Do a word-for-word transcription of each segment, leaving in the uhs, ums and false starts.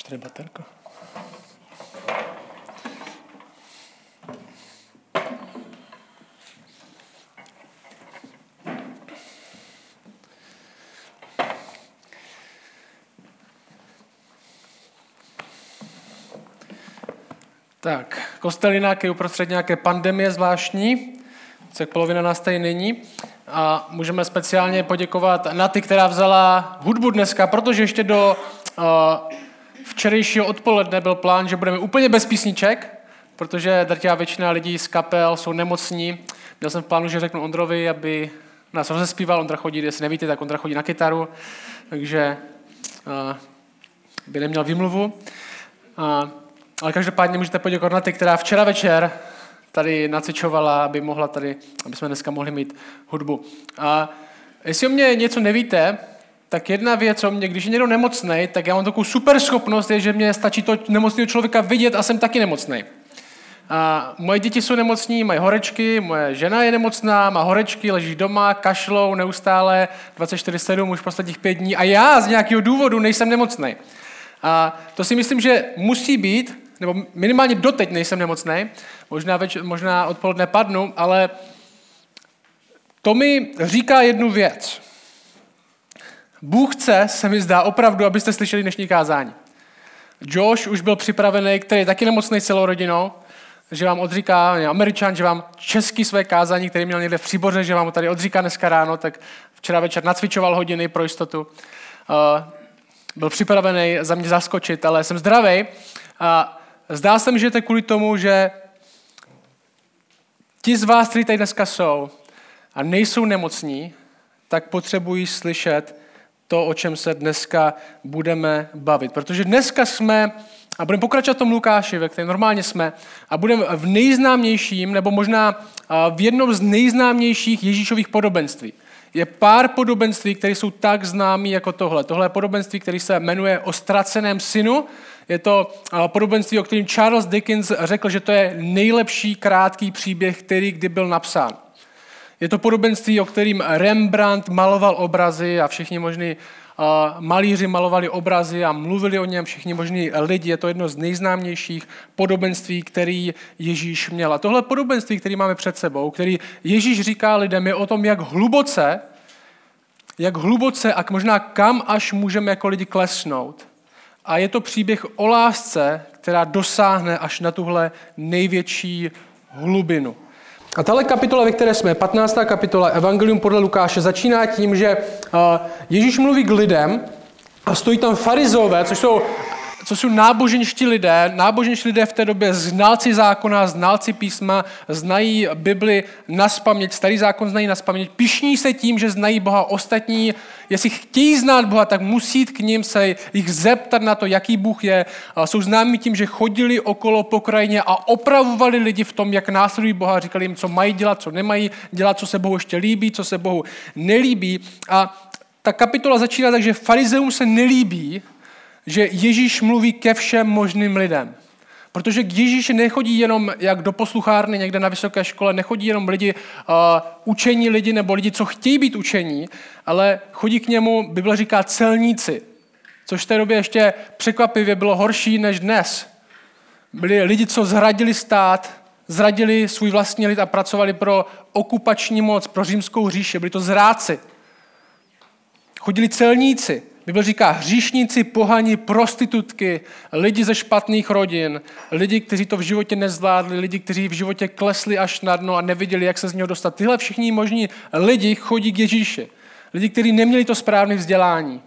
tady baterka. Tak, Kostelinak je uprostřed nějaké pandemie zvláštní, tak polovina nás tady není. A můžeme speciálně poděkovat Naty, která vzala hudbu dneska, protože ještě do uh, včerejšího odpoledne byl plán, že budeme úplně bez písniček, protože drtivá většina lidí z kapel jsou nemocní. Měl jsem v plánu, že řeknu Ondrovi, aby nás rozespíval. Ondra chodí, jestli nevíte, tak Ondra chodí na kytaru, takže uh, by neměl výmluvu. Uh, ale každopádně můžete poděkovat Naty, která včera večer tady nacvičovala, aby mohla tady, aby jsme dneska mohli mít hudbu. A jestli o mě něco nevíte, tak jedna věc o mě, když je někdo nemocnej, tak já mám takovou super schopnost, je, že mě stačí to nemocného člověka vidět a jsem taky nemocnej. A moje děti jsou nemocní, mají horečky, moje žena je nemocná, má horečky, leží doma, kašlou neustále, dvacet čtyři sedm už posledních pět dní a já z nějakého důvodu nejsem nemocnej. A to si myslím, že musí být, nebo minimálně doteď nejsem nemocnej, možná, več, možná odpoledne padnu, ale to mi říká jednu věc. Bůh chce, se mi zdá opravdu, abyste slyšeli dnešní kázání. Josh už byl připravený, který je taky nemocnej celou rodinou, že vám odříká, je Američan, že vám český své kázání, který měl někde v Příboře, že vám ho tady odříká dneska ráno, tak včera večer nacvičoval hodiny pro jistotu. Uh, byl připravený za mě zaskočit, ale jsem zdravej. A zdá se mi, že to je kvůli tomu, že ti z vás, kteří tady dneska jsou a nejsou nemocní, tak potřebují slyšet to, o čem se dneska budeme bavit. Protože dneska jsme, a budeme pokračovat v tom Lukáši, ve kterém normálně jsme, a budeme v nejznámějším, nebo možná v jednom z nejznámějších Ježíšových podobenství. Je pár podobenství, které jsou tak známý jako tohle. Tohle je podobenství, které se jmenuje O ztraceném synu. Je to podobenství, o kterém Charles Dickens řekl, že to je nejlepší krátký příběh, který kdy byl napsán. Je to podobenství, o kterém Rembrandt maloval obrazy a všichni možní uh, malíři malovali obrazy a mluvili o něm všichni možní lidi. Je to jedno z nejznámějších podobenství, který Ježíš měl. A tohle podobenství, který máme před sebou, který Ježíš říká lidem, je o tom, jak hluboce, jak hluboce a možná kam až můžeme jako lidi klesnout. A je to příběh o lásce, která dosáhne až na tuhle největší hlubinu. A tahle kapitola, ve které jsme, patnáctá kapitola Evangelium podle Lukáše, začíná tím, že Ježíš mluví k lidem a stojí tam farizové, což jsou, což jsou náboženští lidé. Náboženští lidé v té době znalci zákona, znalci písma, znají Bibli nazpaměť, starý zákon znají nazpaměť, pyšní se tím, že znají Boha. Ostatní, jestli chtějí znát Boha, tak musí jít k ním se jich zeptat na to, jaký Bůh je. Jsou známí tím, že chodili okolo po krajině a opravovali lidi v tom, jak následují Boha. Říkali jim, co mají dělat, co nemají dělat, co se Bohu ještě líbí, co se Bohu nelíbí. A ta kapitola začíná tak, že farizeům se nelíbí, že Ježíš mluví ke všem možným lidem. Protože k Ježíši nechodí jenom jak do posluchárny někde na vysoké škole, nechodí jenom lidi, uh, učení lidi nebo lidi, co chtějí být učení, ale chodí k němu, Bible říká, celníci, což v té době ještě překvapivě bylo horší než dnes. Byli lidi, co zradili stát, zradili svůj vlastní lid a pracovali pro okupační moc, pro římskou říši, byli to zrádci. Chodili celníci. Bible říká hříšníci, pohani, prostitutky, lidi ze špatných rodin, lidi, kteří to v životě nezvládli, lidi, kteří v životě klesli až na dno a neviděli, jak se z něho dostat. Tyhle všichni možní lidi chodí k Ježíši. Lidi, kteří neměli to správné vzdělání.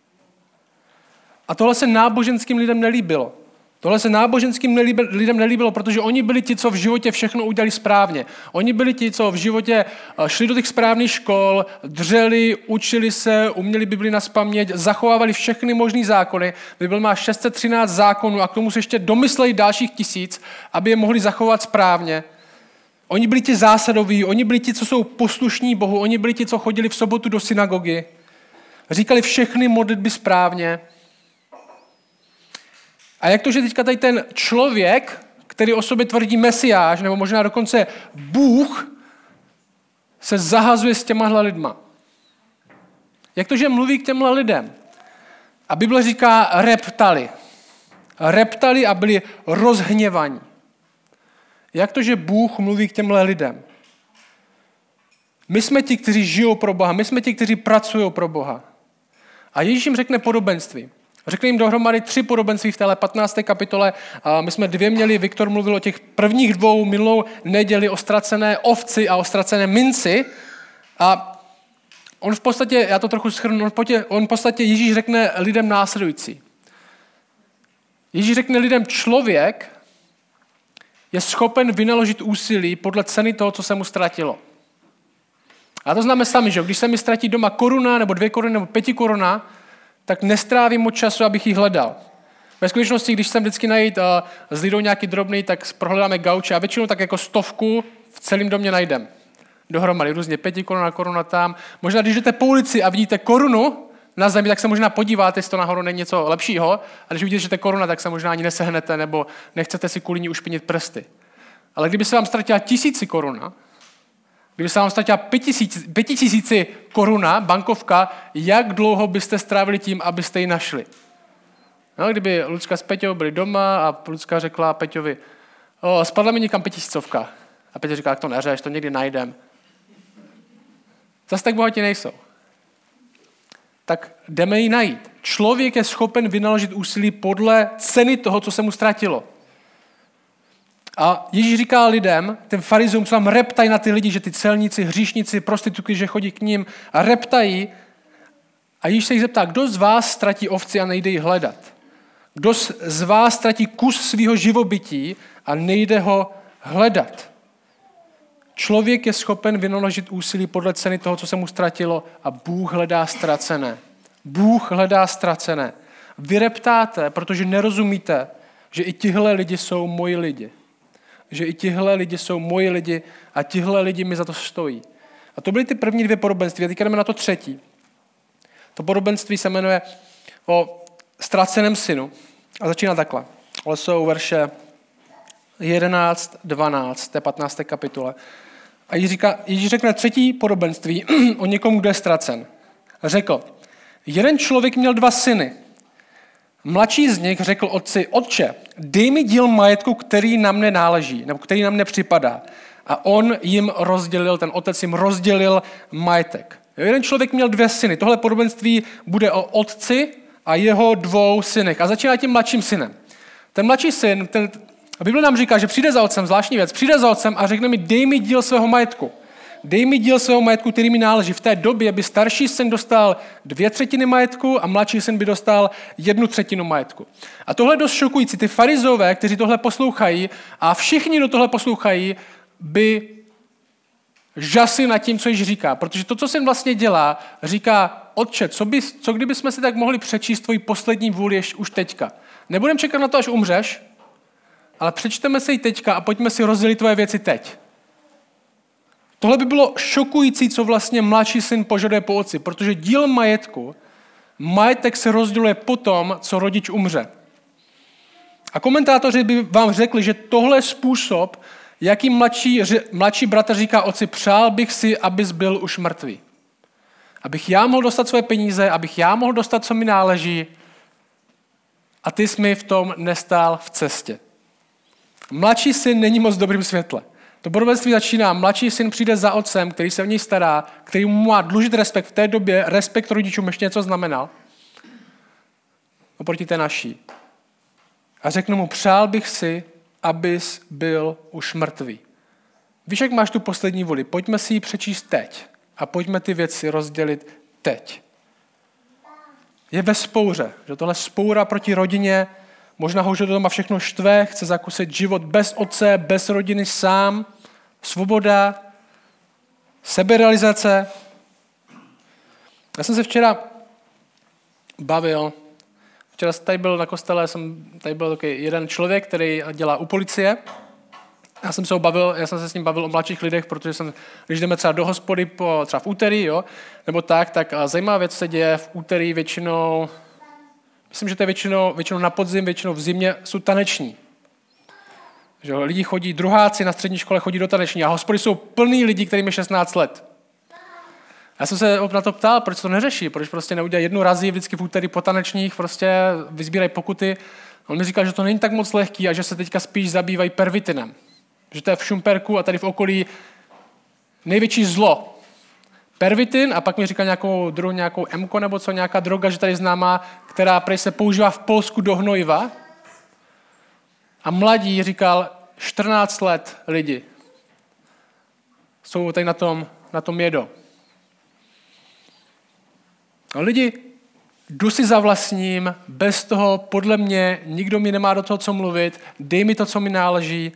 A tohle se náboženským lidem nelíbilo. Tohle se náboženským lidem nelíbilo, protože oni byli ti, co v životě všechno udělali správně. Oni byli ti, co v životě šli do těch správných škol, dřeli, učili se, uměli Bibli nazpaměť, zachovávali všechny možný zákony. Bible má šest set třináct zákonů a k tomu se ještě domyslejí dalších tisíc, aby je mohli zachovat správně. Oni byli ti zásadoví, oni byli ti, co jsou poslušní Bohu, oni byli ti, co chodili v sobotu do synagogy, říkali všechny modlitby správně. A jak to, že teďka tady ten člověk, který o sobě tvrdí Mesiáš, nebo možná dokonce Bůh, se zahazuje s těmahle lidma? Jak to, že mluví k těmhle lidem? A Bible říká reptali. reptali a byli rozhněvaní. Jak to, že Bůh mluví k těmhle lidem? My jsme ti, kteří žijou pro Boha, my jsme ti, kteří pracují pro Boha. A Ježíš jim řekne podobenství. Řekne jim dohromady tři podobenství v téhle patnácté kapitole. A my jsme dvě měli, Viktor mluvil o těch prvních dvou minulou neděli o ztracené ovci a o ztracené minci. A on v podstatě, já to trochu shrnu, on v podstatě Ježíš řekne lidem následující. Ježíš řekne lidem, člověk je schopen vynaložit úsilí podle ceny toho, co se mu ztratilo. A to známe sami, že když se mi ztratí doma koruna, nebo dvě koruny, nebo pěti koruna, tak nestrávím moc času, abych ji hledal. Ve skutečnosti, když jsem vždycky najít uh, s Lidou nějaký drobný, tak prohledáme gauče a většinou tak jako stovku v celém domě najdem. Dohromady, různě pěti koruna, koruna tam. Možná, když jdete po ulici a vidíte korunu na zemi, tak se možná podíváte, jestli to nahoru není něco lepšího. A když vidíte, že to je koruna, tak se možná ani nesehnete, nebo nechcete si kvůli ní ušpinit prsty. Ale kdyby se vám ztratila tisíci koruna, kdyby se vám ztratila pěti tisíci koruna, bankovka, jak dlouho byste strávili tím, abyste ji našli? No, kdyby Lucka s Peťou byli doma a Lucka řekla Peťovi, o, spadla mi někam pětisícovka. A Peťa říká, jak to neřeš, to někdy najdem. Zase tak bohatí nejsou. Tak jdeme ji najít. Člověk je schopen vynaložit úsilí podle ceny toho, co se mu ztratilo. A Ježíš říká lidem, těm farizům, co tam reptají na ty lidi, že ty celníci, hříšníci, prostitutky, že chodí k ním a reptají. A Ježíš se jich zeptá, kdo z vás ztratí ovci a nejde ji hledat? Kdo z vás ztratí kus svého živobytí a nejde ho hledat? Člověk je schopen vynaložit úsilí podle ceny toho, co se mu ztratilo, a Bůh hledá ztracené. Bůh hledá ztracené. Vy reptáte, protože nerozumíte, že i tihle lidi jsou moji lidi. Že i tihle lidi jsou moji lidi a tihle lidi mi za to stojí. A to byly ty první dvě podobenství. A teď jdeme na to třetí. To podobenství se jmenuje o ztraceném synu. A začíná takhle. Ale jsou verše jedenáct, dvanáct, té patnácté kapitole. A Ježíš, říká, Ježíš řekne třetí podobenství o někom, kdo je ztracen. Řekl, jeden člověk měl dva syny. Mladší z nich řekl otci, otče, dej mi díl majetku, který nám nenáleží, nebo který nám nepřipadá. A on jim rozdělil, ten otec jim rozdělil majetek. Jeden člověk měl dvě syny. Tohle podobenství bude o otci a jeho dvou synech. A začíná tím mladším synem. Ten mladší syn, ten, Bible nám říká, že přijde za otcem, zvláštní věc, přijde za otcem a řekne mi, dej mi díl svého majetku. Dej mi díl svého majetku, který mi náleží. V té době by starší syn dostal dvě třetiny majetku a mladší syn by dostal jednu třetinu majetku. A tohle je dost šokující. Ty farizové, kteří tohle poslouchají a všichni, kdo tohle poslouchají, by žasli nad tím, co již říká. Protože to, co syn vlastně dělá, říká, otče, co, by, co kdyby jsme si tak mohli přečíst tvoji poslední vůli už teďka. Nebudeme čekat na to, až umřeš, ale přečteme si ji teďka a pojďme si rozdělit tvoje věci teď. Tohle by bylo šokující, co vlastně mladší syn požaduje po otci, protože díl majetku, majetek se rozděluje potom, co rodič umře. A komentátoři by vám řekli, že tohle je způsob, jaký mladší, mladší bratr říká otci, přál bych si, abys byl už mrtvý. Abych já mohl dostat své peníze, abych já mohl dostat, co mi náleží, a ty jsi mi v tom nestál v cestě. Mladší syn není moc v dobrým světle. To podobenství začíná, mladší syn přijde za otcem, který se o něj stará, který mu má dlužit respekt. V té době respekt rodičům ještě něco znamenal. Oproti té naší. A řeknu mu, přál bych si, abys byl už mrtvý. Víš, jak máš tu poslední vůli? Pojďme si ji přečíst teď. A pojďme ty věci rozdělit teď. Je ve spouře, že tohle spoura proti rodině, možná ho, že to doma všechno štve, chce zakusit život bez otce, bez rodiny sám, svoboda, seberealizace. Já jsem se včera bavil, včera tady byl na kostele, jsem, tady byl takový jeden člověk, který dělá u policie. Já jsem se ho bavil, já jsem se s ním bavil o mladších lidech, protože jsem, když jdeme třeba do hospody, po, třeba v úterý, jo, nebo tak, tak zajímavá věc se děje v úterý většinou. Myslím, že to je většinou, většinou na podzim, většinou v zimě jsou taneční. Že lidi chodí, druháci na střední škole chodí do taneční a hospody jsou plný lidí, kterým je šestnáct let. Já jsem se na to ptal, proč to neřeší, proč prostě neudělají jednu razí vždycky v úterý po tanečních, prostě vyzbírají pokuty On mi říkal, že to není tak moc lehký a že se teďka spíš zabývají pervitinem. Že to je v Šumperku a tady v okolí největší zlo. Pervitin a pak mi říkal nějakou druhou, nějakou emko nebo co, nějaká droga, že tady známá, která prej se používá v Polsku do hnojiva. A mladí, říkal, čtrnáct let lidi jsou tady na tom, na tom jedou. A lidi, jdu si za vlastním, bez toho, podle mě, nikdo mi nemá do toho co mluvit, dej mi to, co mi náleží.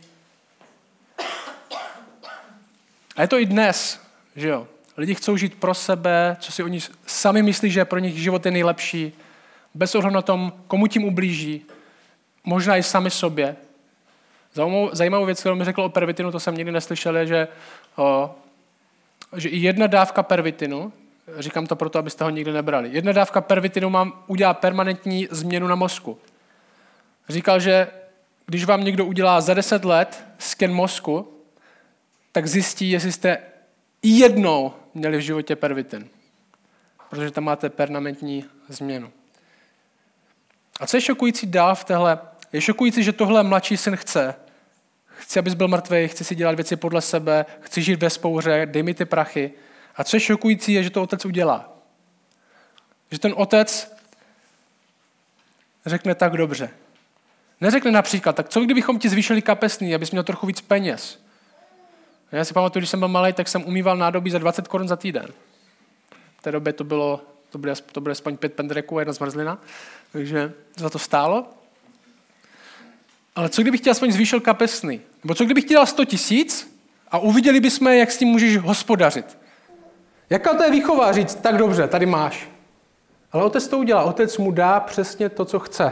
A je to i dnes, že jo. Lidi chcou žít pro sebe, co si oni sami myslí, že pro nich život je nejlepší, bez ohledu na tom, komu tím ublíží, možná i sami sobě. Zajímavou věc, kterou mi řekl o pervitinu, to jsem nikdy neslyšel, je, že, o, že i jedna dávka pervitinu, říkám to proto, abyste ho nikdy nebrali, jedna dávka pervitinu mám udělá permanentní změnu na mozku. Říkal, že když vám někdo udělá za deset let sken mozku, tak zjistí, jestli jste i jednou měli v životě pervitin. Protože tam máte permanentní změnu. A co je šokující dál v téhle? Je šokující, že tohle mladší syn chce. Chci, abys byl mrtvej, chci si dělat věci podle sebe, chci žít ve spouře, dej mi ty prachy. A co je šokující, je, že to otec udělá. Že ten otec řekne tak dobře. Neřekne například, tak co kdybychom ti zvýšili kapesný, abys měl trochu víc peněz. Já si pamatuju, když jsem byl malý, tak jsem umýval nádobí za dvacet korun za týden. V té době to bylo, to bylo, to bylo aspoň pět pendreků a jedna zmrzlina, takže za to stálo. Ale co kdybych ti aspoň zvýšil kapesný? Nebo co kdybych ti dal sto tisíc a uviděli bychom, jak s tím můžeš hospodařit? Jaká to je výchova říct, tak dobře, tady máš. Ale otec to udělá, otec mu dá přesně to, co chce.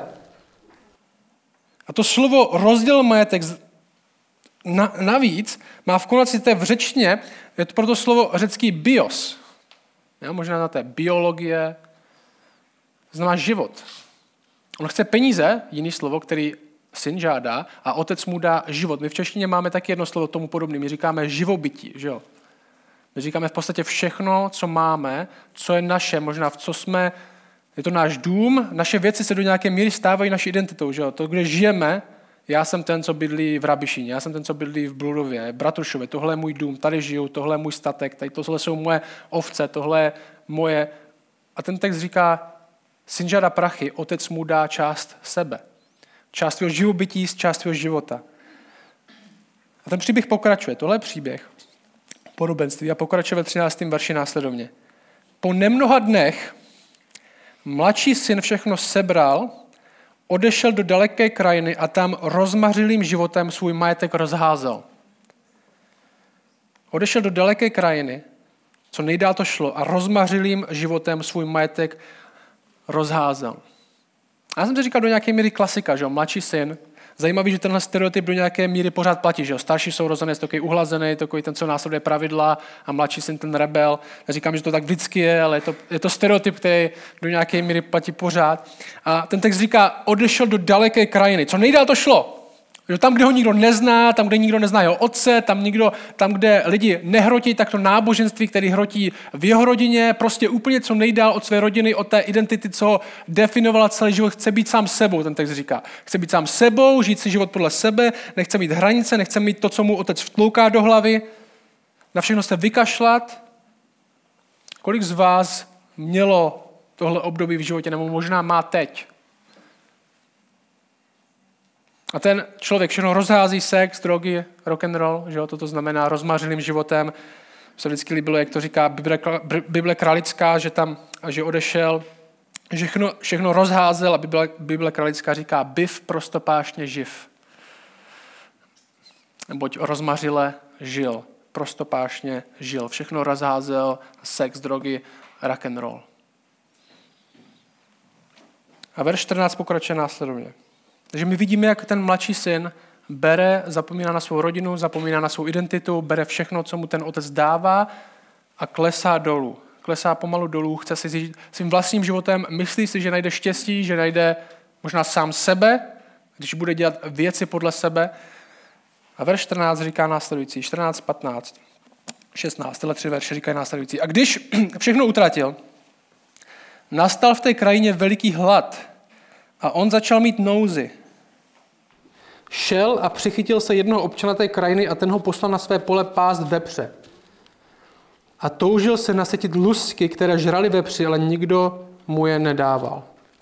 A to slovo rozděl majetek na, navíc má v konaci té v řečtině, je to proto slovo řecký bios. Jo, možná na té biologie, znamená život. On chce peníze, jiný slovo, který syn žádá, a otec mu dá život. My v češtině máme taky jedno slovo tomu podobné. My říkáme živobytí, že jo? My říkáme v podstatě všechno, co máme, co je naše, možná v co jsme, je to náš dům, naše věci se do nějaké míry stávají naší identitou, že jo? To, kde žijeme, já jsem ten, co bydlí v Rabišině, já jsem ten, co bydlí v Bludově, Bratrušově, tohle je můj dům, tady žiju, tohle je můj statek, tady tohle jsou moje ovce, tohle je moje. A ten text říká, syn žádá prachy, otec mu dá část sebe. Část tvého živobytí, část tvého života. A ten příběh pokračuje. Tohle je příběh podobenství a pokračuje ve třináctém verši následovně. Po nemnoha dnech mladší syn všechno sebral, odešel do daleké krajiny a tam rozmařilým životem svůj majetek rozházel. Odešel do daleké krajiny, co nejdál to šlo, a rozmařilým životem svůj majetek rozházel. A já jsem to říkal do nějaké míry klasika, že jo, mladší syn. Zajímavý, že tenhle stereotyp do nějaké míry pořád platí, že jo. Starší sourozenec je takový uhlazený, takový ten, co následuje pravidla, a mladší syn ten rebel. Neříkám, že to tak vždycky je, ale je to, je to stereotyp, který do nějaké míry platí pořád. A ten text říká, odešel do daleké krajiny. Co nejdál to šlo. Že tam, kde ho nikdo nezná, tam, kde nikdo nezná jeho otce, tam, nikdo, tam, kde lidi nehrotí, tak to náboženství, který hrotí v jeho rodině, prostě úplně co nejdál od své rodiny, od té identity, co ho definovala celý život, chce být sám sebou, ten text říká. Chce být sám sebou, žít si život podle sebe, nechce mít hranice, nechce mít to, co mu otec vtlouká do hlavy, na všechno se vykašlat. Kolik z vás mělo tohle období v životě, nebo možná má teď? A ten člověk všechno rozhází, sex, drogy, rock and roll, že jo, toto znamená rozmařilým životem. Se vždycky líbilo, jak to říká Bible, Bible kralická, že tam, že odešel, že všechno, všechno rozházel, a Bible, Bible kralická říká, byv prostopášně živ. Neboť rozmařile žil, prostopášně žil. Všechno rozházel, sex, drogy, rock and roll. A verš čtrnáct pokračuje následovně. Takže my vidíme, jak ten mladší syn bere, zapomíná na svou rodinu, zapomíná na svou identitu, bere všechno, co mu ten otec dává, a klesá dolů. Klesá pomalu dolů, chce si žít svým vlastním životem, myslí si, že najde štěstí, že najde možná sám sebe, když bude dělat věci podle sebe. A verš čtrnáct říká následující, čtrnáct, patnáct, šestnáct, tyhle tři verše říkají následující. A když všechno utratil, nastal v té krajině veliký hlad a on začal mít nouzi. šel a přichytil se jednoho občana té krajiny a ten ho poslal na své pole pást vepře. A toužil se nasytit lusky, které žrali vepři, ale nikdo mu je nedával.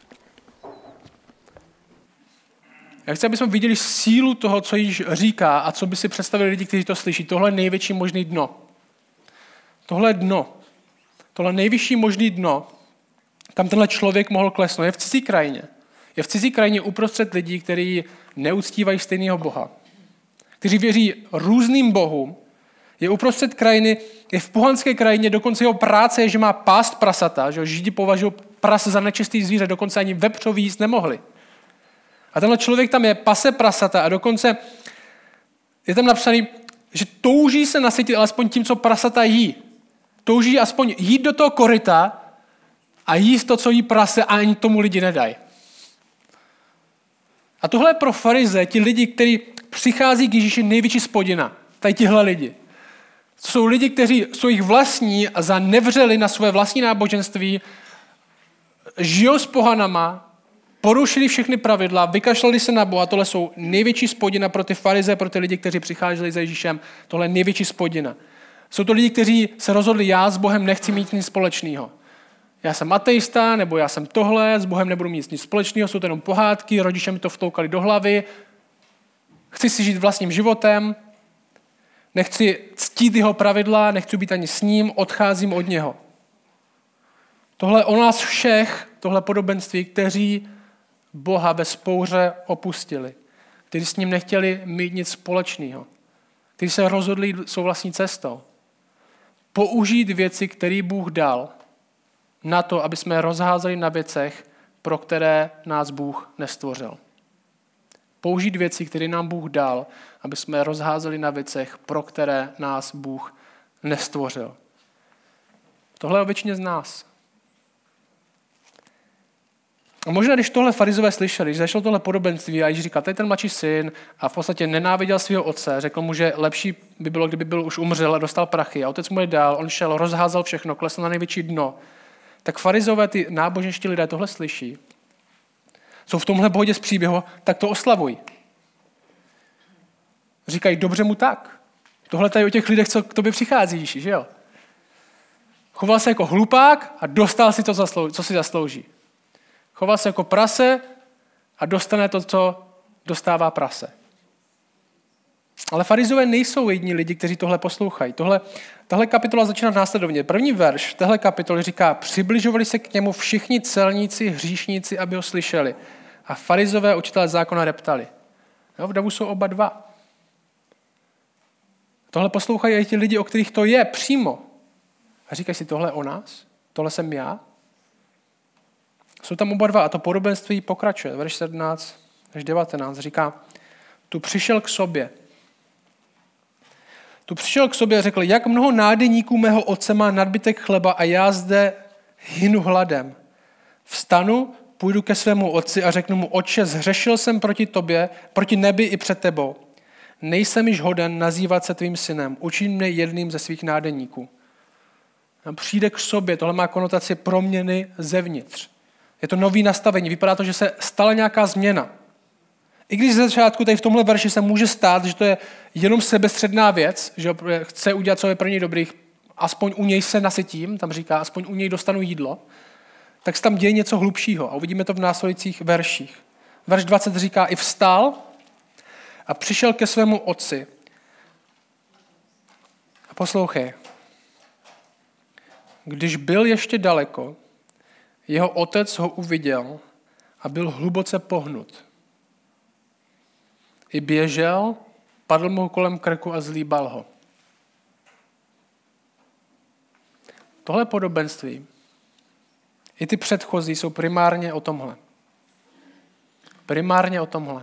Já chci, abychom viděli sílu toho, co již říká a co by si představili lidi, kteří to slyší. Tohle je největší možný dno. Tohle je dno. Tohle nejvyšší možný dno, kam tenhle člověk mohl klesnout. Je v cizí krajině. Je v cizí krajině uprostřed lidí, kteří neuctívají stejného Boha. Kteří věří různým bohům. Je uprostřed krajiny, je v pohanské krajině, dokonce jeho práce je, že má pást prasata, že Židi považují prase za nečistý zvíře, dokonce ani vepřový jíst nemohli. A tenhle člověk tam je, pase prasata a dokonce je tam napsaný, že touží se nasytit alespoň tím, co prasata jí. Touží aspoň jít do toho koryta a jíst to, co jí prase, a ani tomu lidi nedají. A tohle je pro farize, ti lidi, kteří přichází k Ježíši, největší spodina. Tady tihle lidi. To jsou lidi, kteří jsou jich vlastní a zanevřeli na své vlastní náboženství, žijou s pohanama, porušili všechny pravidla, vykašlali se na Boha. Tohle jsou největší spodina pro ty farize, pro ty lidi, kteří přicházeli za Ježíšem. Tohle je největší spodina. Jsou to lidi, kteří se rozhodli, já s Bohem nechci mít nic společného. Já jsem ateista, nebo já jsem tohle, s Bohem nebudu mít nic společného, jsou to jenom pohádky, rodiče mi to vtoukali do hlavy. Chci si žít vlastním životem, nechci ctít jeho pravidla, nechci být ani s ním, odcházím od něho. Tohle o nás všech, tohle podobenství, kteří Boha ve spouře opustili, kteří s ním nechtěli mít nic společného, kteří se rozhodli jít svou vlastní cestou. Použít věci, které Bůh dal, na to, aby jsme rozházeli na věcech, pro které nás Bůh nestvořil. Použít věci, které nám Bůh dal, aby jsme rozházeli na věcech, pro které nás Bůh nestvořil. Tohle je o většině z nás. A možná, když tohle farizové slyšeli, když zašlo tohle podobenství a Ježíš říkal, tady ten mladší syn a v podstatě nenáviděl svého otce, řekl mu, že lepší by bylo, kdyby byl už umřel a dostal prachy a otec mu je dal, on šel, rozházal všechno, klesl na největší dno. Tak farizové, ty náboženští lidé tohle slyší, jsou v tomhle bodě z příběhu, tak to oslavují. Říkají, dobře mu tak. Tohle tady o těch lidech, co k tobě přichází, Ježíši, že jo? Choval se jako hlupák a dostal si to, co si zaslouží. Choval se jako prase a dostane to, co dostává prase. Ale farizové nejsou jediní lidi, kteří tohle poslouchají. Tohle, tahle kapitola začíná následovně. První verš téhle kapitoly říká, přibližovali se k němu všichni celníci, hříšníci, aby ho slyšeli. A farizové učitelé zákona reptali. Jo, v davu jsou oba dva. Tohle poslouchají i ti lidi, o kterých to je přímo. A říkají si, tohle je o nás? Tohle jsem já? Jsou tam oba dva a to podobenství pokračuje. Verš sedmnáct až devatenáct říká, tu přišel k sobě. Tu přišel k sobě a řekl, jak mnoho nádeníků mého otce má nadbytek chleba a já zde hynu hladem. Vstanu, půjdu ke svému otci a řeknu mu, otče, zhřešil jsem proti tobě, proti nebi i před tebou. Nejsem již hoden nazývat se tvým synem, učin mě jedným ze svých nádeníků. A přijde k sobě, tohle má konotaci proměny zevnitř. Je to nový nastavení, vypadá to, že se stala nějaká změna. I když ze začátku tady v tomhle verši se může stát, že to je jenom sebestředná věc, že chce udělat, co je pro něj dobrý, aspoň u něj se nasytím, tam říká, aspoň u něj dostanu jídlo, tak se tam děje něco hlubšího a uvidíme to v následujících verších. Verš dvacet říká, i vstal a přišel ke svému otci. A poslouchej. Když byl ještě daleko, jeho otec ho uviděl a byl hluboce pohnut. I běžel, padl mu kolem krku a zlíbal ho. Tohle podobenství, i ty předchozí, jsou primárně o tomhle. Primárně o tomhle.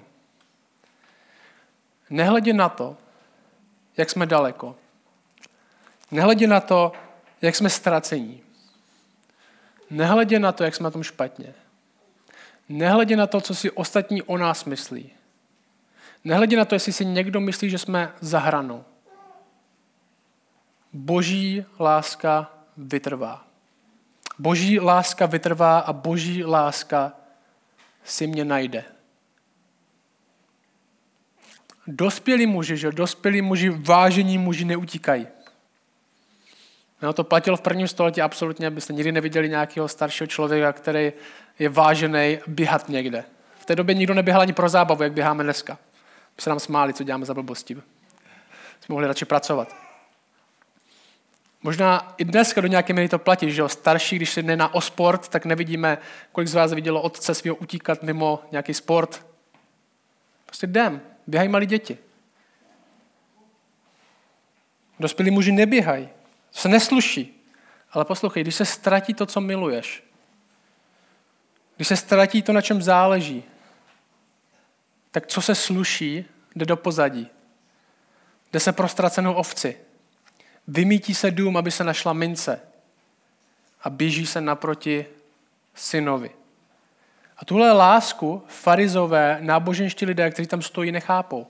Nehledě na to, jak jsme daleko. Nehledě na to, jak jsme ztracení. Nehledě na to, jak jsme na tom špatně. Nehledě na to, co si ostatní o nás myslí. Nehledě na to, jestli si někdo myslí, že jsme za hranou. Boží láska vytrvá. Boží láska vytrvá a boží láska si mě najde. Dospělí muži, že dospělí muži, vážení muži neutíkají. No, to platilo v prvním století absolutně, abyste nikdy neviděli nějakého staršího člověka, který je vážený běhat někde. V té době nikdo neběhal ani pro zábavu, jak běháme dneska. My se nám smáli, co děláme za blbosti. Jsme mohli radši pracovat. Možná i dneska do nějaké míry to platí, že jo, starší, když se jedná o sport, tak nevidíme, kolik z vás vidělo otce svého utíkat mimo nějaký sport. Prostě jdem, běhají malí děti. Dospělí muži neběhají, to se nesluší. Ale poslouchej, když se ztratí to, co miluješ, když se ztratí to, na čem záleží, tak co se sluší, jde do pozadí. Jde se pro ztracenou ovci. Vymítí se dům, aby se našla mince. A běží se naproti synovi. A tuhle lásku farizové, náboženští lidé, kteří tam stojí, nechápou.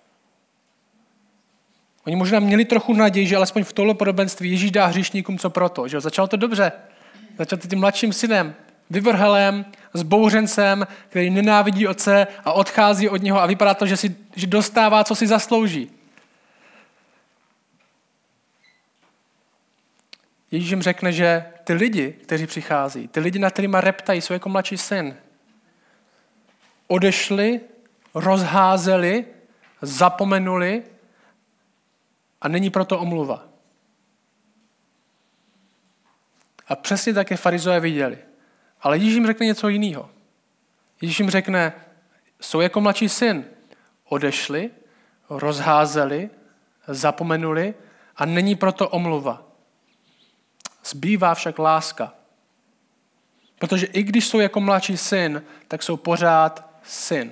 Oni možná měli trochu naději, že alespoň v tohle podobenství Ježíš dá hříšníkům co proto. Že začalo to dobře. Začal tím mladším synem, vyvrhelem, zbouřencem, který nenávidí otce a odchází od něho a vypadá to, že, si, že dostává, co si zaslouží. Ježíš jim řekne, že ty lidi, kteří přichází, ty lidi, na kterýma reptají, jsou jako mladší syn. Odešli, rozházeli, zapomenuli a není proto omluva. A přesně tak je farizové viděli. Ale Ježíš jim řekne něco jiného. Ježíš jim řekne, jsou jako mladší syn. Odešli, rozházeli, zapomenuli a není proto omluva. Zbývá však láska. Protože i když jsou jako mladší syn, tak jsou pořád syn.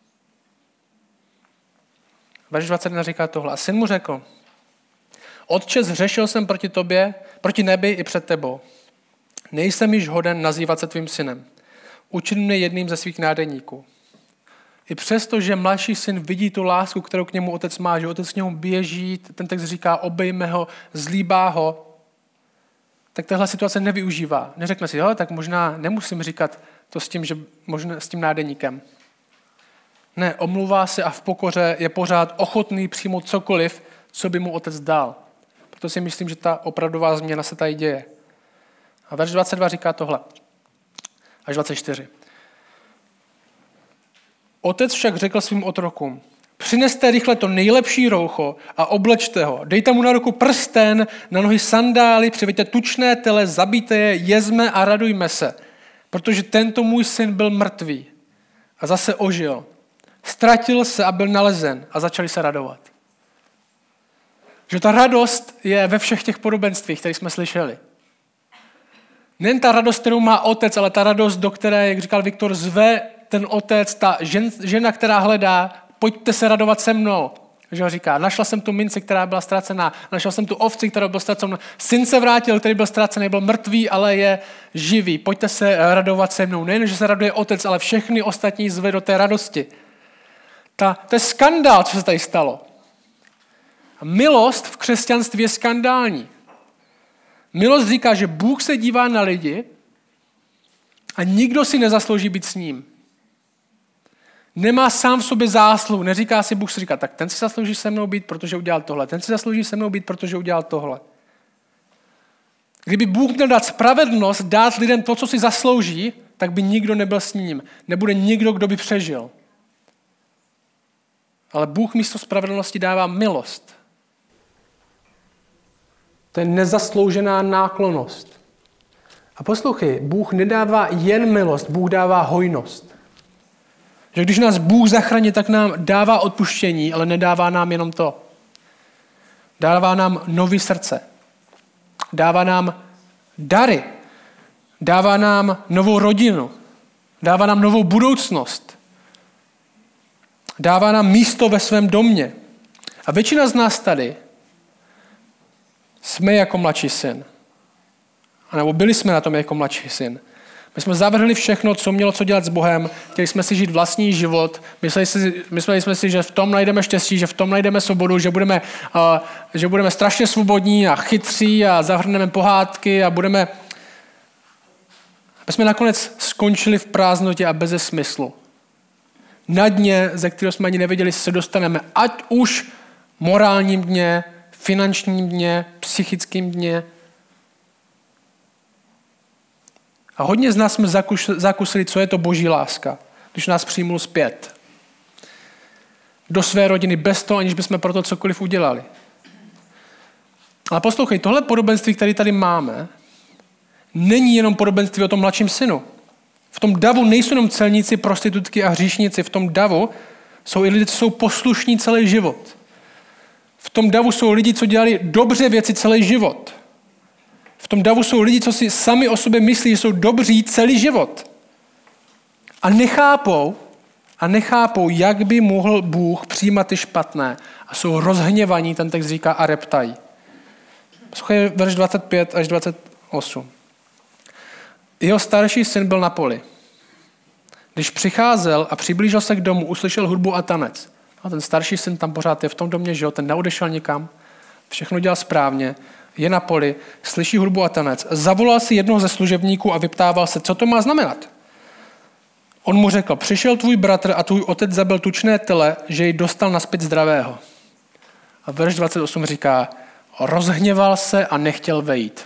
Verš dvacet jedna říká tohle. A syn mu řekl, Otče, zhřešil jsem proti tobě, proti nebi i před tebou. Nejsem již hoden nazývat se tvým synem. Učin mě jedním ze svých nádeníků. I přesto, že mladší syn vidí tu lásku, kterou k němu otec má, že otec k němu běží, ten text říká, obejme ho, zlíbá ho, tak tahle situace nevyužívá. Neřekne si, jo, tak možná nemusím říkat to s tím, že možná s tím nádeníkem. Ne, omluvá se a v pokoře je pořád ochotný přijmout cokoliv, co by mu otec dal. Proto si myslím, že ta opravdová změna se tady děje. A verš dvacet dva říká tohle. Až dvacet čtyři. Otec však řekl svým otrokům, přineste rychle to nejlepší roucho a oblečte ho. Dejte mu na ruku prsten, na nohy sandály, přiveďte tučné tele, zabijte je, jezme a radujme se. Protože tento můj syn byl mrtvý a zase ožil. Ztratil se a byl nalezen a začali se radovat. Že ta radost je ve všech těch podobenstvích, které jsme slyšeli. Nejen ta radost, kterou má otec, ale ta radost, do které, jak říkal Viktor, zve ten otec, ta žen, žena, která hledá, pojďte se radovat se mnou. Že ho říká, našla jsem tu minci, která byla ztracená, našla jsem tu ovci, která byla ztracená. Syn se vrátil, který byl ztracený, byl mrtvý, ale je živý. Pojďte se radovat se mnou. Nejen, že se raduje otec, ale všechny ostatní zve do té radosti. Ta, to je skandál, co se tady stalo. A milost v křesťanství je skandální. Milost říká, že Bůh se dívá na lidi a nikdo si nezaslouží být s ním. Nemá sám v sobě zásluhu. Neříká si, Bůh si říká, tak ten si zaslouží se mnou být, protože udělal tohle. Ten si zaslouží se mnou být, protože udělal tohle. Kdyby Bůh měl dát spravedlnost, dát lidem to, co si zaslouží, tak by nikdo nebyl s ním. Nebude nikdo, kdo by přežil. Ale Bůh místo spravedlnosti dává milost. To je nezasloužená náklonnost. A poslouchej, Bůh nedává jen milost, Bůh dává hojnost. Že když nás Bůh zachrání, tak nám dává odpuštění, ale nedává nám jenom to. Dává nám nový srdce. Dává nám dary. Dává nám novou rodinu. Dává nám novou budoucnost. Dává nám místo ve svém domě. A většina z nás tady jsme jako mladší syn. A nebo byli jsme na tom jako mladší syn. My jsme zavrhli všechno, co mělo co dělat s Bohem. Chtěli jsme si žít vlastní život. Mysleli, si, mysleli jsme si, že v tom najdeme štěstí, že v tom najdeme svobodu, že budeme, uh, že budeme strašně svobodní a chytří a zahrneme pohádky a budeme... My jsme nakonec skončili v prázdnotě a beze smyslu. na dně, ze kterého jsme ani nevěděli, jestli se dostaneme, ať už morálním dně, finančním dně, psychickým dně. A hodně z nás jsme zakusili, co je to boží láska, když nás přijmul zpět do své rodiny bez toho, aniž bychom pro to cokoliv udělali. Ale poslouchej, tohle podobenství, které tady máme, není jenom podobenství o tom mladším synu. V tom davu nejsou jenom celníci, prostitutky a hříšníci. V tom davu jsou i lidi, co jsou poslušní celý život. V tom davu jsou lidi, co dělali dobře věci celý život. V tom davu jsou lidi, co si sami o sobě myslí, že jsou dobří celý život. A nechápou, a nechápou, jak by mohl Bůh přijímat ty špatné. A jsou rozhněvaní, ten text říká, a reptají. Poslouchej verš dvacet pět až dvacet osm. Jeho starší syn byl na poli. Když přicházel a přiblížil se k domu, uslyšel hudbu a tanec. A ten starší syn tam pořád je v tom domě, že jo, ten neodešel nikam, všechno dělal správně, je na poli, slyší hudbu a tanec. Zavolal si jednoho ze služebníků a vyptával se, co to má znamenat. On mu řekl, přišel tvůj bratr a tvůj otec zabil tučné tele, že jej dostal nazpět zdravého. A verš dvacet osm říká, rozhněval se a nechtěl vejít.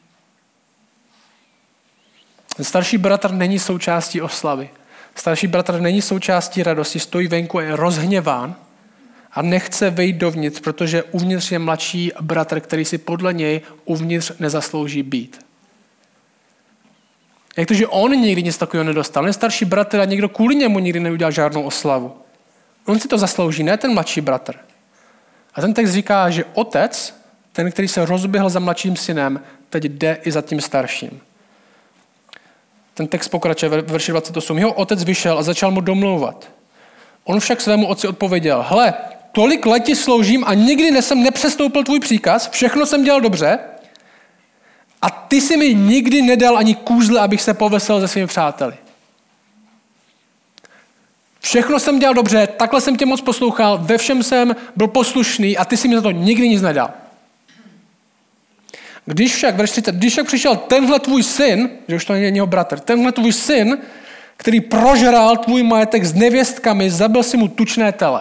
Starší bratr není součástí oslavy. Starší bratr není součástí radosti, stojí venku a je rozhněván a nechce vejít dovnitř, protože uvnitř je mladší bratr, který si podle něj uvnitř nezaslouží být. Jak to, že on nikdy nic takového nedostal? Ten starší bratr a někdo kvůli němu nikdy neudělal žádnou oslavu. On si to zaslouží, ne ten mladší bratr. A ten text říká, že otec, ten, který se rozběhl za mladším synem, teď jde i za tím starším. Ten text pokračuje ve verši dvacet osm. Jeho otec vyšel a začal mu domlouvat. On však svému otci odpověděl, hele, tolik let ti sloužím a nikdy jsem nepřestoupil tvůj příkaz, všechno jsem dělal dobře a ty si mi nikdy nedal ani kůzle, abych se povesel se svými přáteli. Všechno jsem dělal dobře, takhle jsem tě moc poslouchal, ve všem jsem byl poslušný a ty si mi za to nikdy nic nedal. Když však, verš třicet, když však přišel tenhle tvůj syn, že už to není jeho bratr, tenhle tvůj syn, který prožral tvůj majetek s nevěstkami, zabil si mu tučné tele.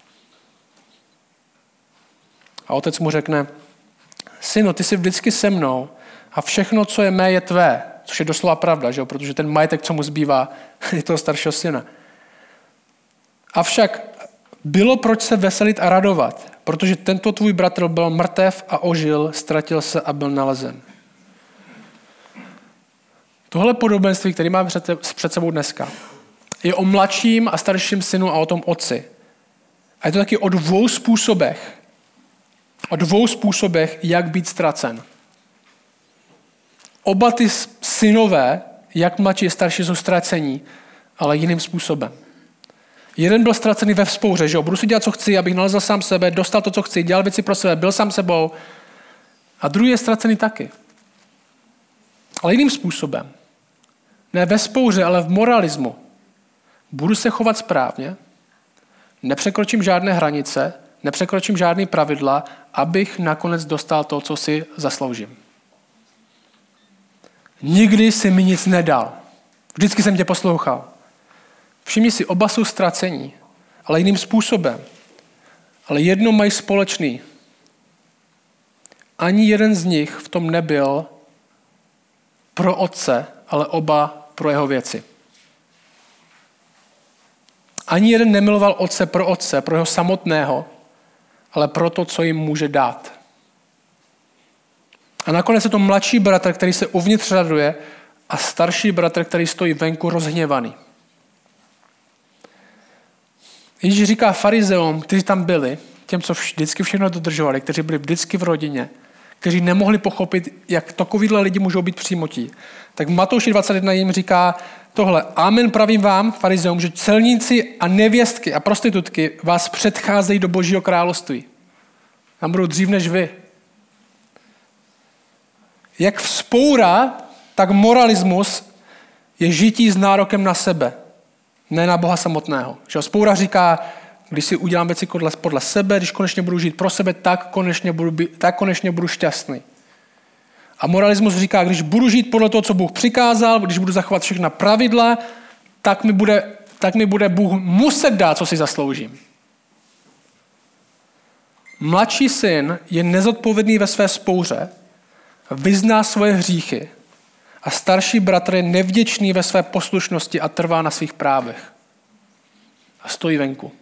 A otec mu řekne, synu, ty jsi vždycky se mnou a všechno, co je mé, je tvé. Což je doslova pravda, že jo? Protože ten majetek, co mu zbývá, je toho staršího syna. Avšak bylo proč se veselit a radovat, protože tento tvůj bratr byl mrtev a ožil, ztratil se a byl nalezen. Tohle podobenství, který máme před sebou dneska, je o mladším a starším synu a o tom otci. A je to taky o dvou způsobech. O dvou způsobech, jak být ztracen. Oba ty synové, jak mladší a starší, jsou ztracení, ale jiným způsobem. Jeden byl ztracený ve vzpouře, že jo, budu si dělat, co chci, abych nalezl sám sebe, dostal to, co chci, dělal věci pro sebe, byl sám sebou. A druhý je ztracený taky. Ale jiným způsobem. Ne ve vzpouře, ale v moralismu. Budu se chovat správně, nepřekročím žádné hranice, nepřekročím žádný pravidla, abych nakonec dostal to, co si zasloužím. Nikdy si mi nic nedal. Vždycky jsem tě poslouchal. Všimni si, oba jsou ztracení, ale jiným způsobem. Ale jedno mají společný. Ani jeden z nich v tom nebyl pro otce, ale oba pro jeho věci. Ani jeden nemiloval otce pro otce, pro jeho samotného, ale pro to, co jim může dát. A nakonec je to mladší bratr, který se uvnitř raduje, a starší bratr, který stojí venku rozhněvaný. Ježíš říká farizeům, kteří tam byli, těm, co vždycky všechno dodržovali, kteří byli vždycky v rodině, kteří nemohli pochopit, jak takovýhle lidi můžou být přímotí. Tak v Matouši dvacet jedna jim říká tohle. Amen pravím vám, farizeům, že celníci a nevěstky a prostitutky vás předcházejí do Božího království. Tam budou dřív než vy. Jak vzpoura, tak moralismus je žití s nárokem na sebe, ne na Boha samotného. Že vzpoura říká, když si udělám věci podle sebe, když konečně budu žít pro sebe, tak konečně budu, být, tak konečně budu šťastný. A moralismus říká, když budu žít podle toho, co Bůh přikázal, když budu zachovat všechna pravidla, tak mi bude tak mi bude Bůh muset dát, co si zasloužím. Mladší syn je nezodpovědný ve své spouře, vyzná svoje hříchy a starší bratr je nevděčný ve své poslušnosti a trvá na svých právech. A stojí venku.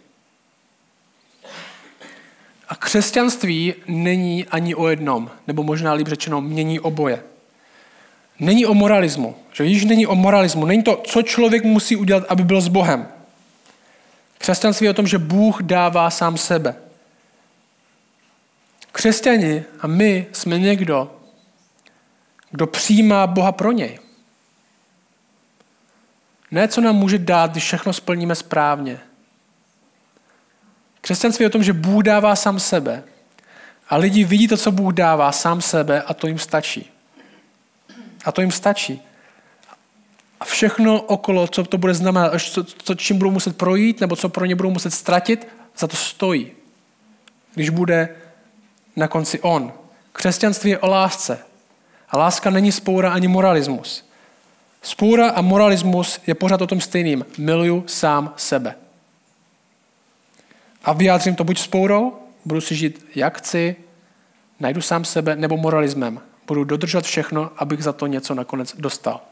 A křesťanství není ani o jednom, nebo možná líp řečeno, mění oboje. Není o moralismu. Že již není o moralismu. Není to, co člověk musí udělat, aby byl s Bohem. Křesťanství je o tom, že Bůh dává sám sebe. Křesťani a my jsme někdo, kdo přijímá Boha pro něj. Ne, co nám může dát, když všechno splníme správně. Křesťanství je o tom, že Bůh dává sám sebe a lidi vidí to, co Bůh dává sám sebe a to jim stačí. A to jim stačí. A všechno okolo, co to bude znamenat, co, co, čím budou muset projít nebo co pro ně budou muset ztratit, za to stojí. Když bude na konci on. Křesťanství je o lásce. A láska není spoura ani moralismus. Spoura a moralismus je pořád o tom stejným. Miluju sám sebe. A vyjádřím to buď spourou, budu si žít jak chci, najdu sám sebe, nebo moralismem. Budu dodržovat všechno, abych za to něco nakonec dostal.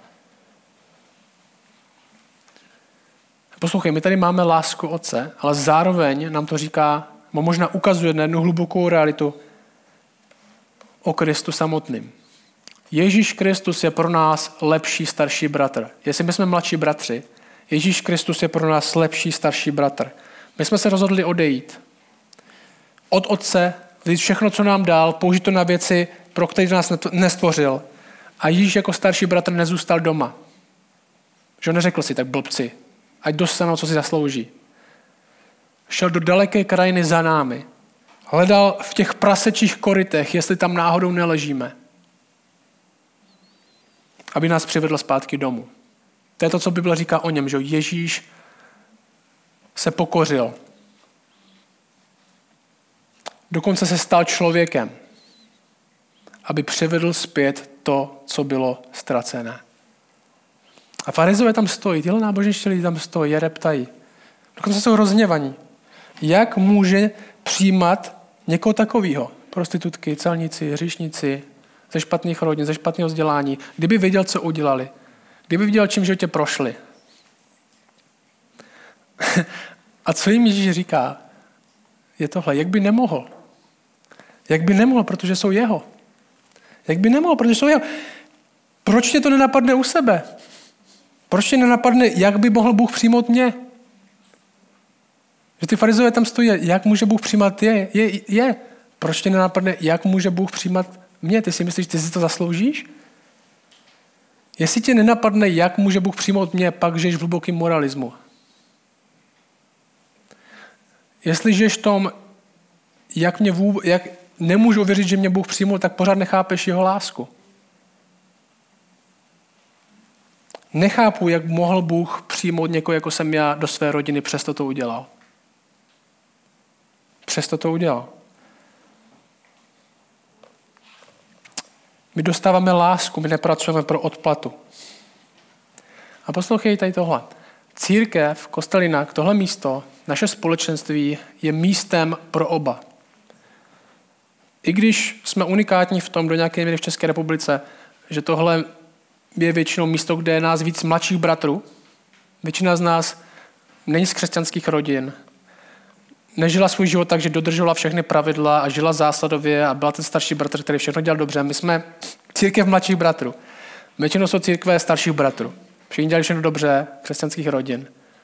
Poslouchej, my tady máme lásku Otce, ale zároveň nám to říká, možná ukazuje na jednu hlubokou realitu o Kristu samotným. Ježíš Kristus je pro nás lepší starší bratr. Jestli my jsme mladší bratři, Ježíš Kristus je pro nás lepší starší bratr. My jsme se rozhodli odejít od Otce, vzít všechno, co nám dal, použít to na věci, pro které nás nestvořil. A Ježíš jako starší bratr nezůstal doma. Že on neřekl si, tak blbci, ať dostanou, co si zaslouží. Šel do daleké krajiny za námi. Hledal v těch prasečích korytech, jestli tam náhodou neležíme. Aby nás přivedl zpátky domů. To je to, co Bible říká o něm, že Ježíš se pokořil. Dokonce se stal člověkem, aby přivedl zpět to, co bylo ztracené. A farizové tam stojí, tyhle náboženští lidi tam stojí, je reptají. Dokonce jsou rozhněvaní. Jak může přijímat někoho takového? Prostitutky, celníci, hříšníci, ze špatných rodin, ze špatného vzdělání. Kdyby věděl, co udělali. Kdyby viděl, čím životě prošli. A co jim Ježíš říká, je tohle. Jak by nemohl? Jak by nemohl, protože jsou jeho. Jak by nemohl, protože jsou jeho. Proč tě to nenapadne u sebe? Proč tě nenapadne, jak by mohl Bůh přijmout mě? Že ty farizové tam stojí, jak může Bůh přijímat je, je, je. Proč tě nenapadne, jak může Bůh přijímat mě? Ty si myslíš, ty si to zasloužíš? Jestli tě nenapadne, jak může Bůh přijmout mě, pak žiješ v hlubokém moralismu. Jestli žiješ v tom, jak, mě vůbec, jak nemůžu věřit, že mě Bůh přijmul, tak pořád nechápeš jeho lásku. Nechápu, jak mohl Bůh přijmout někoho, jako jsem já, do své rodiny, přesto to udělal. Přesto to udělal. My dostáváme lásku, my nepracujeme pro odplatu. A poslouchej tady tohle. Církev, kostelinak, tohle místo, naše společenství je místem pro oba. I když jsme unikátní v tom do nějaké míry v České republice, že tohle je většinou místo, kde je nás víc mladších bratrů, většina z nás není z křesťanských rodin, nežila svůj život tak, že dodržovala všechny pravidla a žila zásadově a byla ten starší bratr, který všechno dělal dobře. My jsme církev mladších bratrů. Většinou jsou církve starších bratrů. Všichni dělali všechno dobře, křesťanských rodin.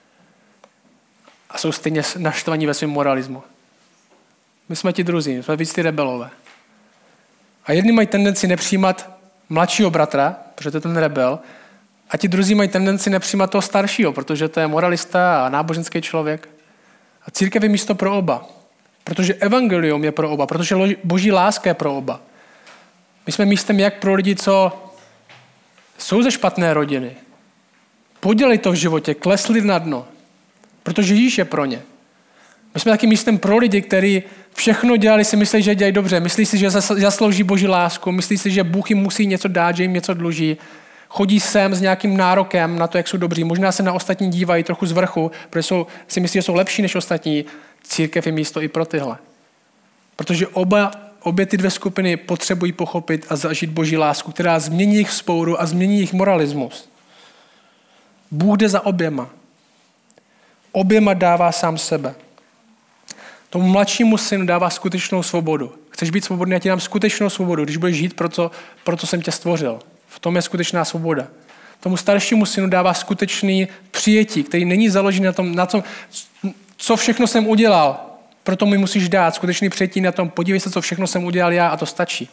A jsou stejně naštvaní ve svém moralismu. My jsme ti druzí, jsme víc ty rebelové. A jedni mají tendenci nepřijímat mladšího bratra, protože to je ten rebel, a ti druzí mají tendenci nepřijímat toho staršího, protože to je moralista a náboženský člověk. A církev je místo pro oba. Protože evangelium je pro oba, protože boží láska je pro oba. My jsme místem jak pro lidi, co jsou ze špatné rodiny. Podělali to v životě, klesli na dno, protože Ježíš je pro ně. My jsme taky místem pro lidi, kteří všechno dělali, si myslí, že dělají dobře. Myslí si, že zaslouží boží lásku, myslí si, že Bůh jim musí něco dát, že jim něco dluží. Chodí sem s nějakým nárokem na to, jak jsou dobří. Možná se na ostatní dívají trochu z vrchu, protože jsou, si myslí, že jsou lepší než ostatní. Církev je místo i pro tyhle. Protože oba, obě ty dvě skupiny potřebují pochopit a zažít Boží lásku, která změní jejich vzpouru a změní jejich moralismus. Bůh jde za oběma. Oběma dává sám sebe. Tomu mladšímu synu dává skutečnou svobodu. Chceš být svobodný, já ti dám skutečnou svobodu, když budeš žít, proto, proto jsem tě stvořil. V tom je skutečná svoboda. Tomu staršímu synu dává skutečný přijetí, který není založený na tom, na tom, co všechno jsem udělal. Proto mi musíš dát skutečný přijetí na tom, podívej se, co všechno jsem udělal já a to stačí.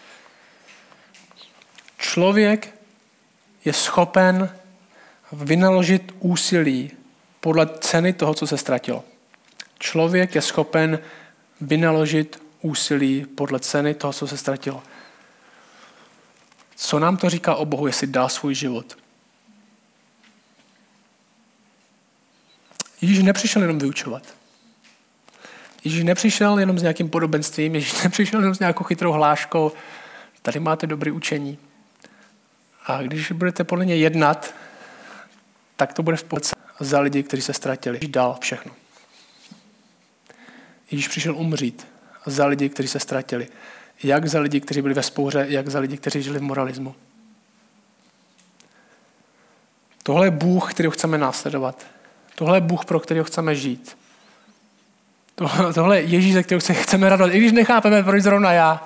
Člověk je schopen vynaložit úsilí podle ceny toho, co se ztratilo. Člověk je schopen vynaložit úsilí podle ceny toho, co se ztratilo. Co nám to říká o Bohu, jestli dal svůj život? Ježíš nepřišel jenom vyučovat. Ježíš nepřišel jenom s nějakým podobenstvím, Ježíš nepřišel jenom s nějakou chytrou hláškou. Tady máte dobré učení. A když budete podle něj jednat, tak to bude v pohodě za lidi, kteří se ztratili. Ježíš dal všechno. Ježíš přišel umřít za lidi, kteří se ztratili. Jak za lidi, kteří byli ve spouře, jak za lidi, kteří žili v moralismu. Tohle je Bůh, kterého chceme následovat. Tohle je Bůh, pro kterého chceme žít. Tohle, tohle je Ježíš, ze kterého se chceme radovat. I když nechápeme, proč zrovna já.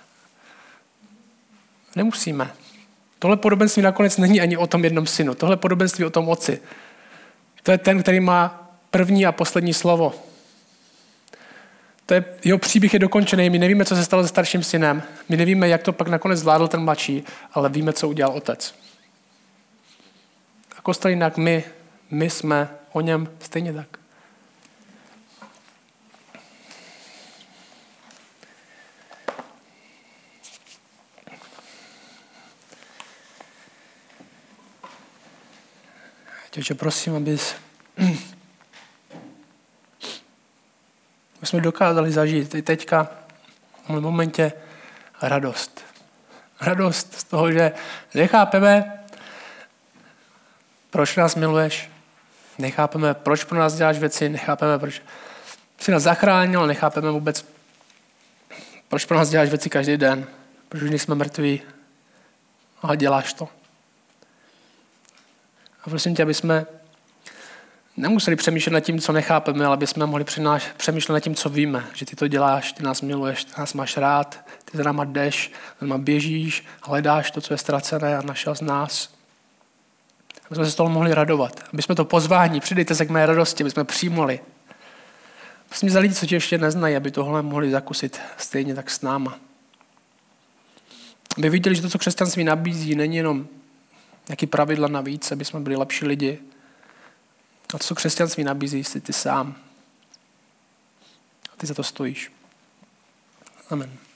Nemusíme. Tohle podobenství nakonec není ani o tom jednom synu. Tohle podobenství o tom otci. To je ten, který má první a poslední slovo. To je, jeho příběh je dokončený, my nevíme, co se stalo se starším synem, my nevíme, jak to pak nakonec zvládl ten mladší, ale víme, co udělal otec. A kostel jinak my, my jsme o něm stejně tak. Takže prosím, abys my jsme dokázali zažít i teďka v momentě radost. Radost z toho, že nechápeme, proč nás miluješ, nechápeme, proč pro nás děláš věci, nechápeme, proč jsi nás zachránil, nechápeme vůbec, proč pro nás děláš věci každý den, proč už nejsme mrtví, ale děláš to. A prosím tě, aby jsme nemuseli přemýšlet nad tím, co nechápeme, ale aby jsme mohli přemýšlet nad tím, co víme. Že ty to děláš, ty nás miluješ, ty nás máš rád, ty za náma jdeš, za náma běžíš, hledáš to, co je ztracené a našel z nás. Aby jsme se z toho mohli radovat. Aby jsme to pozvání, přidejte se k mé radosti, aby jsme přijmuli. Prosím za lidi, co tě ještě neznají, aby tohle mohli zakusit stejně tak s náma. Aby viděli, že to, co křesťanství nabízí, není jenom nějaký pravidla navíc, aby jsme byli lepší lidi. A to, co křesťanství nabízí, jsi ty sám. A ty za to stojíš. Amen.